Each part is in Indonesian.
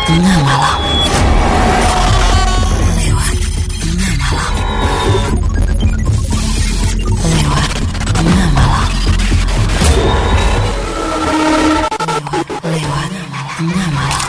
Tengah Malam. Lewat Tengah Malam. Lewat Tengah Malam. Lewat Tengah Malam.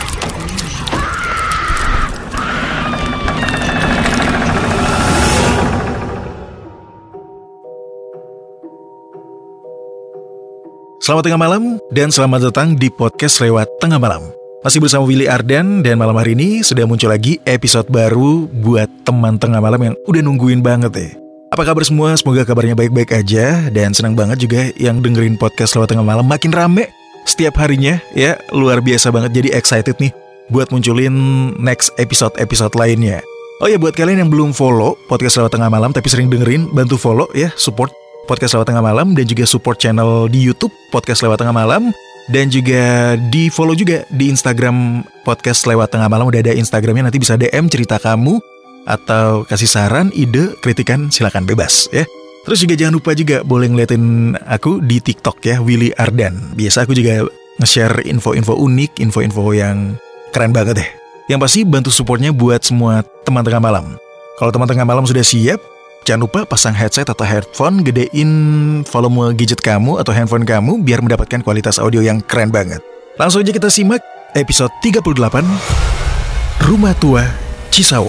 Selamat tengah malam dan selamat datang di podcast Lewat Tengah Malam. Masih bersama Willy Ardan dan malam hari ini sudah muncul lagi episode baru buat teman tengah malam yang udah nungguin banget ya. Apa kabar semua? Semoga kabarnya baik-baik aja dan senang banget juga yang dengerin podcast Lewat Tengah Malam makin rame setiap harinya ya. Luar biasa banget, jadi excited nih buat munculin next episode lainnya. Oh ya, buat kalian yang belum follow podcast Lewat Tengah Malam tapi sering dengerin, bantu follow ya, support Podcast Lewat Tengah Malam dan juga support channel di YouTube Podcast Lewat Tengah Malam dan juga di follow juga di Instagram Podcast Lewat Tengah Malam. Udah ada Instagramnya, nanti bisa DM cerita kamu atau kasih saran, ide, kritikan, silakan bebas ya. Terus juga jangan lupa juga boleh ngeliatin aku di TikTok ya, Willy Ardan. Biasa aku juga nge-share info-info unik, info-info yang keren banget deh. Yang pasti bantu supportnya buat semua teman tengah malam. Kalau teman tengah malam sudah siap, jangan lupa pasang headset atau headphone, gedein volume gadget kamu atau handphone kamu biar mendapatkan kualitas audio yang keren banget. Langsung aja kita simak episode 38 Rumah Tua Cisauk.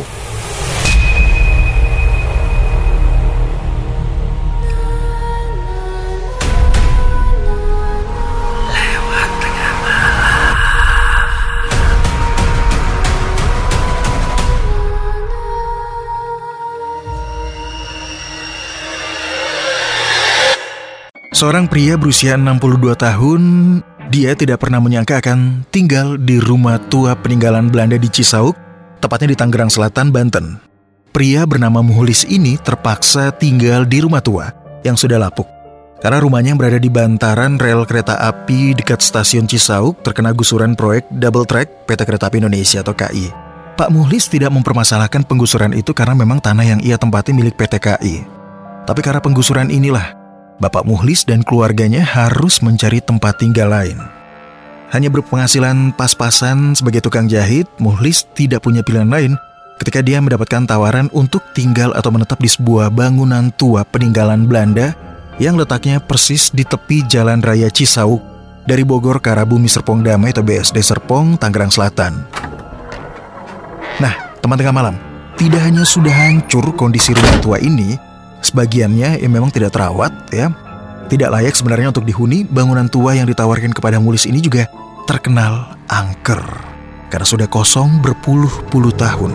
Seorang pria berusia 62 tahun, dia tidak pernah menyangka akan tinggal di rumah tua peninggalan Belanda di Cisauk, tepatnya di Tangerang Selatan, Banten. Pria bernama Muhlis ini terpaksa tinggal di rumah tua yang sudah lapuk, karena rumahnya yang berada di bantaran rel kereta api dekat stasiun Cisauk terkena gusuran proyek Double Track PT Kereta Api Indonesia atau KAI. Pak Muhlis tidak mempermasalahkan penggusuran itu karena memang tanah yang ia tempati milik PT KAI. Tapi karena penggusuran inilah, Bapak Muhlis dan keluarganya harus mencari tempat tinggal lain. Hanya berpenghasilan pas-pasan sebagai tukang jahit, Muhlis tidak punya pilihan lain ketika dia mendapatkan tawaran untuk tinggal atau menetap di sebuah bangunan tua peninggalan Belanda yang letaknya persis di tepi Jalan Raya Cisauk dari Bogor ke arah Bumi Serpong Damai atau BSD Serpong, Tangerang Selatan. Nah, teman tengah malam, tidak hanya sudah hancur kondisi rumah tua ini, sebagiannya yang memang tidak terawat ya, tidak layak sebenarnya untuk dihuni. Bangunan tua yang ditawarkan kepada Muhlis ini juga terkenal angker karena sudah kosong berpuluh-puluh tahun.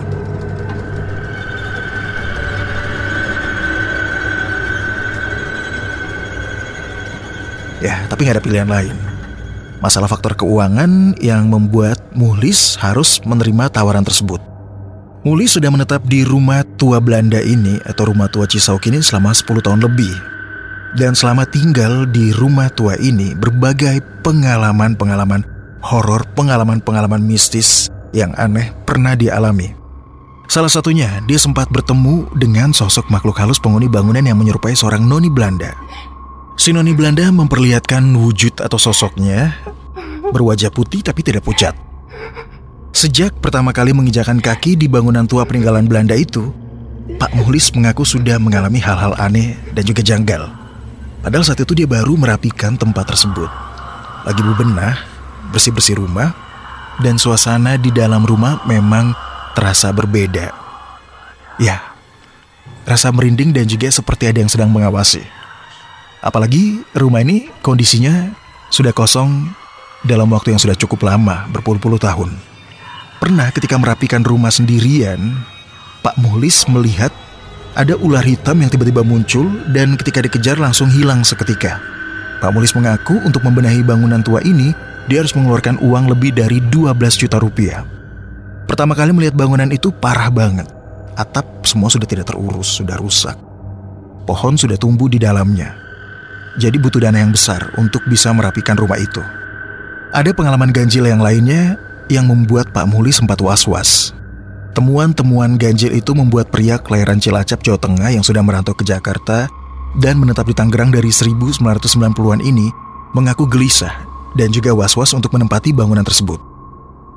Ya, tapi gak ada pilihan lain. Masalah faktor keuangan yang membuat Muhlis harus menerima tawaran tersebut. Muhlis sudah menetap di rumah tua Belanda ini atau rumah tua Cisauk ini selama 10 tahun lebih. Dan selama tinggal di rumah tua ini, berbagai pengalaman-pengalaman horor, pengalaman-pengalaman mistis yang aneh pernah dialami. Salah satunya, dia sempat bertemu dengan sosok makhluk halus penghuni bangunan yang menyerupai seorang noni Belanda. Si noni Belanda memperlihatkan wujud atau sosoknya berwajah putih tapi tidak pucat. Sejak pertama kali menginjakan kaki di bangunan tua peninggalan Belanda itu, Pak Muhlis mengaku sudah mengalami hal-hal aneh dan juga janggal. Padahal saat itu dia baru merapikan tempat tersebut. Lagi bebenah, bersih-bersih rumah, dan suasana di dalam rumah memang terasa berbeda. Ya, rasa merinding dan juga seperti ada yang sedang mengawasi. Apalagi rumah ini kondisinya sudah kosong dalam waktu yang sudah cukup lama, berpuluh-puluh tahun. Pernah ketika merapikan rumah sendirian, Pak Muhlis melihat ada ular hitam yang tiba-tiba muncul dan ketika dikejar langsung hilang seketika. Pak Muhlis mengaku untuk membenahi bangunan tua ini, dia harus mengeluarkan uang lebih dari 12 juta rupiah. Pertama kali melihat bangunan itu parah banget. Atap semua sudah tidak terurus, sudah rusak. Pohon sudah tumbuh di dalamnya. Jadi butuh dana yang besar untuk bisa merapikan rumah itu. Ada pengalaman ganjil yang lainnya yang membuat Pak Muhlis sempat was-was. Temuan-temuan ganjil itu membuat pria kelahiran Cilacap, Jawa Tengah yang sudah merantau ke Jakarta dan menetap di Tangerang dari 1990-an ini mengaku gelisah dan juga was-was untuk menempati bangunan tersebut.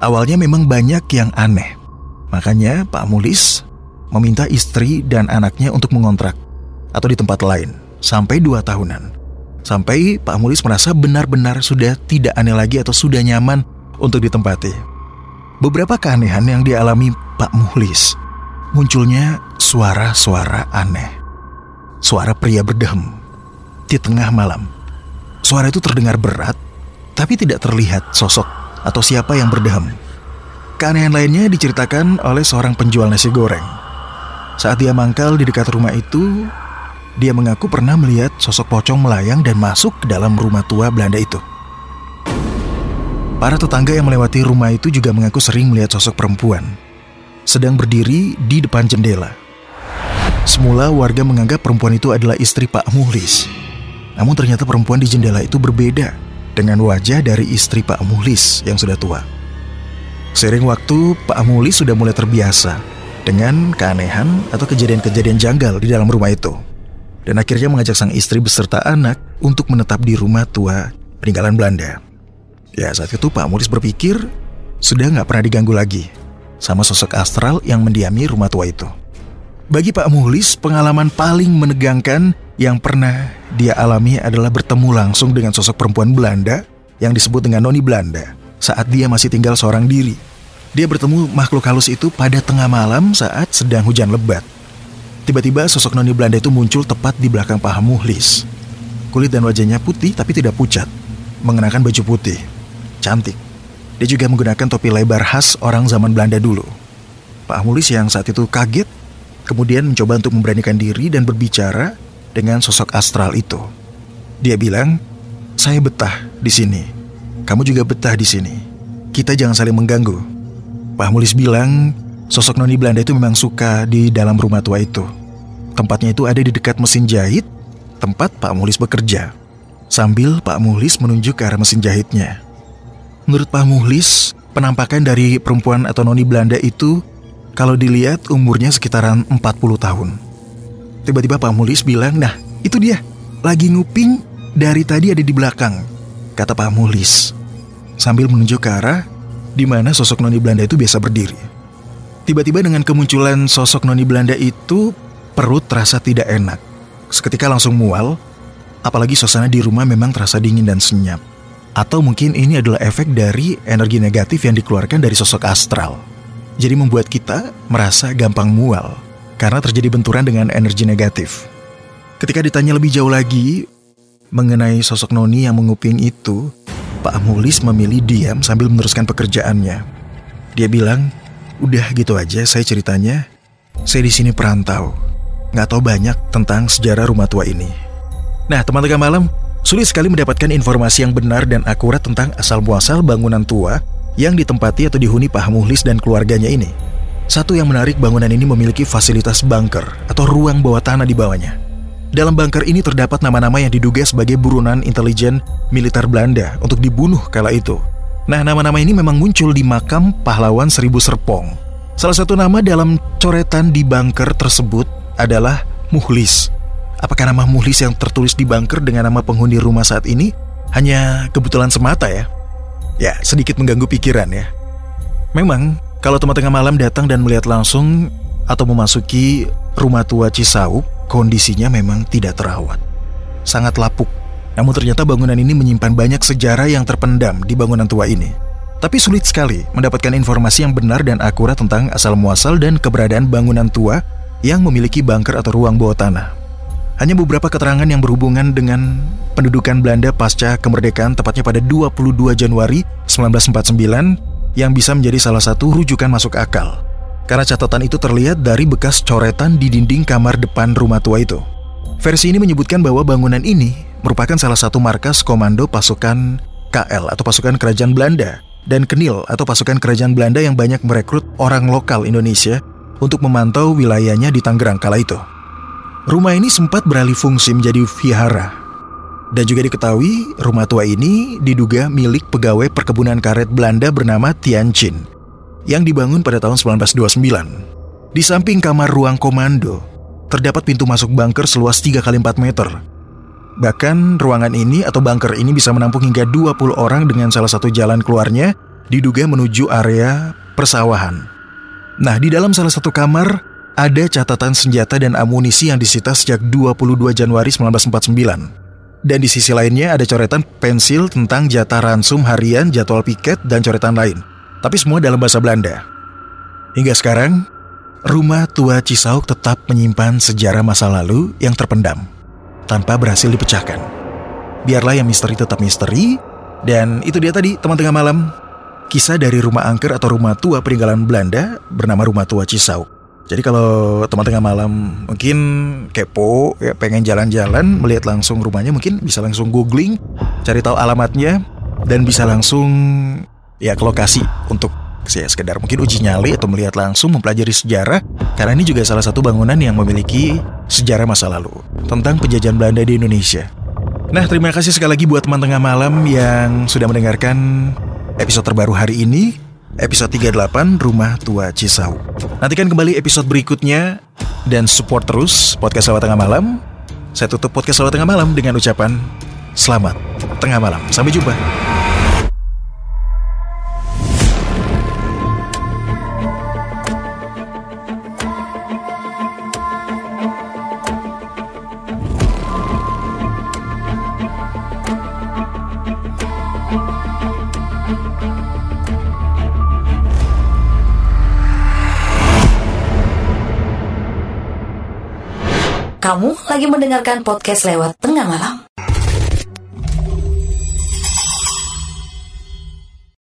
Awalnya memang banyak yang aneh. Makanya Pak Mulis meminta istri dan anaknya untuk mengontrak atau di tempat lain sampai 2 tahunan. Sampai Pak Mulis merasa benar-benar sudah tidak aneh lagi atau sudah nyaman untuk ditempati. Beberapa keanehan yang dialami Pak Mulis. Munculnya suara-suara aneh. Suara pria berdehem di tengah malam. Suara itu terdengar berat, tapi tidak terlihat sosok atau siapa yang berdehem. Keanehan lainnya diceritakan oleh seorang penjual nasi goreng. Saat dia mangkal di dekat rumah itu, dia mengaku pernah melihat sosok pocong melayang dan masuk ke dalam rumah tua Belanda itu. Para tetangga yang melewati rumah itu juga mengaku sering melihat sosok perempuan sedang berdiri di depan jendela. Semula warga menganggap perempuan itu adalah istri Pak Mulis. Namun ternyata perempuan di jendela itu berbeda dengan wajah dari istri Pak Mulis yang sudah tua. Seiring waktu, Pak Mulis sudah mulai terbiasa dengan keanehan atau kejadian-kejadian janggal di dalam rumah itu. Dan akhirnya mengajak sang istri beserta anak untuk menetap di rumah tua peninggalan Belanda. Ya, saat itu Pak Mulis berpikir sudah gak pernah diganggu lagi sama sosok astral yang mendiami rumah tua itu. Bagi Pak Mulis, pengalaman paling menegangkan yang pernah dia alami adalah bertemu langsung dengan sosok perempuan Belanda yang disebut dengan Noni Belanda saat dia masih tinggal seorang diri. Dia bertemu makhluk halus itu pada tengah malam saat sedang hujan lebat. Tiba-tiba sosok Noni Belanda itu muncul tepat di belakang Pak Mulis. Kulit dan wajahnya putih tapi tidak pucat, mengenakan baju putih, cantik. Dia juga menggunakan topi lebar khas orang zaman Belanda dulu. Pak Mulis yang saat itu kaget, kemudian mencoba untuk memberanikan diri dan berbicara dengan sosok astral itu. Dia bilang, "Saya betah di sini. Kamu juga betah di sini. Kita jangan saling mengganggu." Pak Mulis bilang, sosok Noni Belanda itu memang suka di dalam rumah tua itu. Tempatnya itu ada di dekat mesin jahit, tempat Pak Mulis bekerja. Sambil Pak Mulis menunjuk ke arah mesin jahitnya. Menurut Pak Mulis, penampakan dari perempuan atau Noni Belanda itu kalau dilihat umurnya sekitaran 40 tahun. Tiba-tiba Pak Mulis bilang, "Nah, itu dia. Lagi nguping dari tadi ada di belakang," kata Pak Mulis. Sambil menunjuk ke arah di mana sosok Noni Belanda itu biasa berdiri. Tiba-tiba dengan kemunculan sosok Noni Belanda itu, perut terasa tidak enak. Seketika langsung mual, apalagi suasana di rumah memang terasa dingin dan senyap. Atau mungkin ini adalah efek dari energi negatif yang dikeluarkan dari sosok astral. Jadi membuat kita merasa gampang mual karena terjadi benturan dengan energi negatif. Ketika ditanya lebih jauh lagi mengenai sosok Noni yang menguping itu, Pak Mulis memilih diam sambil meneruskan pekerjaannya. Dia bilang, "Udah gitu aja saya ceritanya. Saya di sini perantau, nggak tahu banyak tentang sejarah rumah tua ini." Nah, teman-teman malam, sulit sekali mendapatkan informasi yang benar dan akurat tentang asal-muasal bangunan tua yang ditempati atau dihuni Pak Mulis dan keluarganya ini. Satu yang menarik, bangunan ini memiliki fasilitas bunker atau ruang bawah tanah di bawahnya. Dalam bunker ini terdapat nama-nama yang diduga sebagai buronan intelijen militer Belanda untuk dibunuh kala itu. Nah, nama-nama ini memang muncul di makam pahlawan Seribu Serpong. Salah satu nama dalam coretan di bunker tersebut adalah Muhlis. Apakah nama Muhlis yang tertulis di bunker dengan nama penghuni rumah saat ini hanya kebetulan semata ya? Ya, sedikit mengganggu pikiran ya. Memang, kalau tengah malam datang dan melihat langsung atau memasuki rumah tua Cisauk, kondisinya memang tidak terawat. Sangat lapuk. Namun ternyata bangunan ini menyimpan banyak sejarah yang terpendam di bangunan tua ini. Tapi sulit sekali mendapatkan informasi yang benar dan akurat tentang asal-muasal dan keberadaan bangunan tua yang memiliki bunker atau ruang bawah tanah. Hanya beberapa keterangan yang berhubungan dengan pendudukan Belanda pasca kemerdekaan, tepatnya pada 22 Januari 1949, yang bisa menjadi salah satu rujukan masuk akal. Karena catatan itu terlihat dari bekas coretan di dinding kamar depan rumah tua itu. Versi ini menyebutkan bahwa bangunan ini merupakan salah satu markas komando pasukan KL atau pasukan kerajaan Belanda, dan Kenil atau pasukan kerajaan Belanda yang banyak merekrut orang lokal Indonesia untuk memantau wilayahnya di Tangerang kala itu. Rumah ini sempat beralih fungsi menjadi vihara. Dan juga diketahui rumah tua ini diduga milik pegawai perkebunan karet Belanda bernama Tianjin yang dibangun pada tahun 1929. Di samping kamar ruang komando, terdapat pintu masuk bunker seluas 3 x 4 meter. Bahkan ruangan ini atau bunker ini bisa menampung hingga 20 orang dengan salah satu jalan keluarnya diduga menuju area persawahan. Nah, di dalam salah satu kamar ada catatan senjata dan amunisi yang disita sejak 22 Januari 1949. Dan di sisi lainnya ada coretan pensil tentang jatah ransum harian, jadwal piket, dan coretan lain. Tapi semua dalam bahasa Belanda. Hingga sekarang, rumah tua Cisauk tetap menyimpan sejarah masa lalu yang terpendam, tanpa berhasil dipecahkan. Biarlah yang misteri tetap misteri. Dan itu dia tadi, teman tengah malam, kisah dari rumah angker atau rumah tua peninggalan Belanda bernama Rumah Tua Cisauk. Jadi kalau teman tengah malam mungkin kepo, ya, pengen jalan-jalan, melihat langsung rumahnya, mungkin bisa langsung googling, cari tahu alamatnya, dan bisa langsung ya ke lokasi untuk ya, sekedar mungkin uji nyali atau melihat langsung, mempelajari sejarah. Karena ini juga salah satu bangunan yang memiliki sejarah masa lalu tentang penjajahan Belanda di Indonesia. Nah, terima kasih sekali lagi buat teman tengah malam yang sudah mendengarkan episode terbaru hari ini, episode 38 Rumah Tua Cisauk. Nantikan kembali episode berikutnya dan support terus podcast Lewat Tengah Malam. Saya tutup podcast Lewat Tengah Malam dengan ucapan selamat tengah malam. Sampai jumpa. Kamu lagi mendengarkan podcast Lewat Tengah Malam.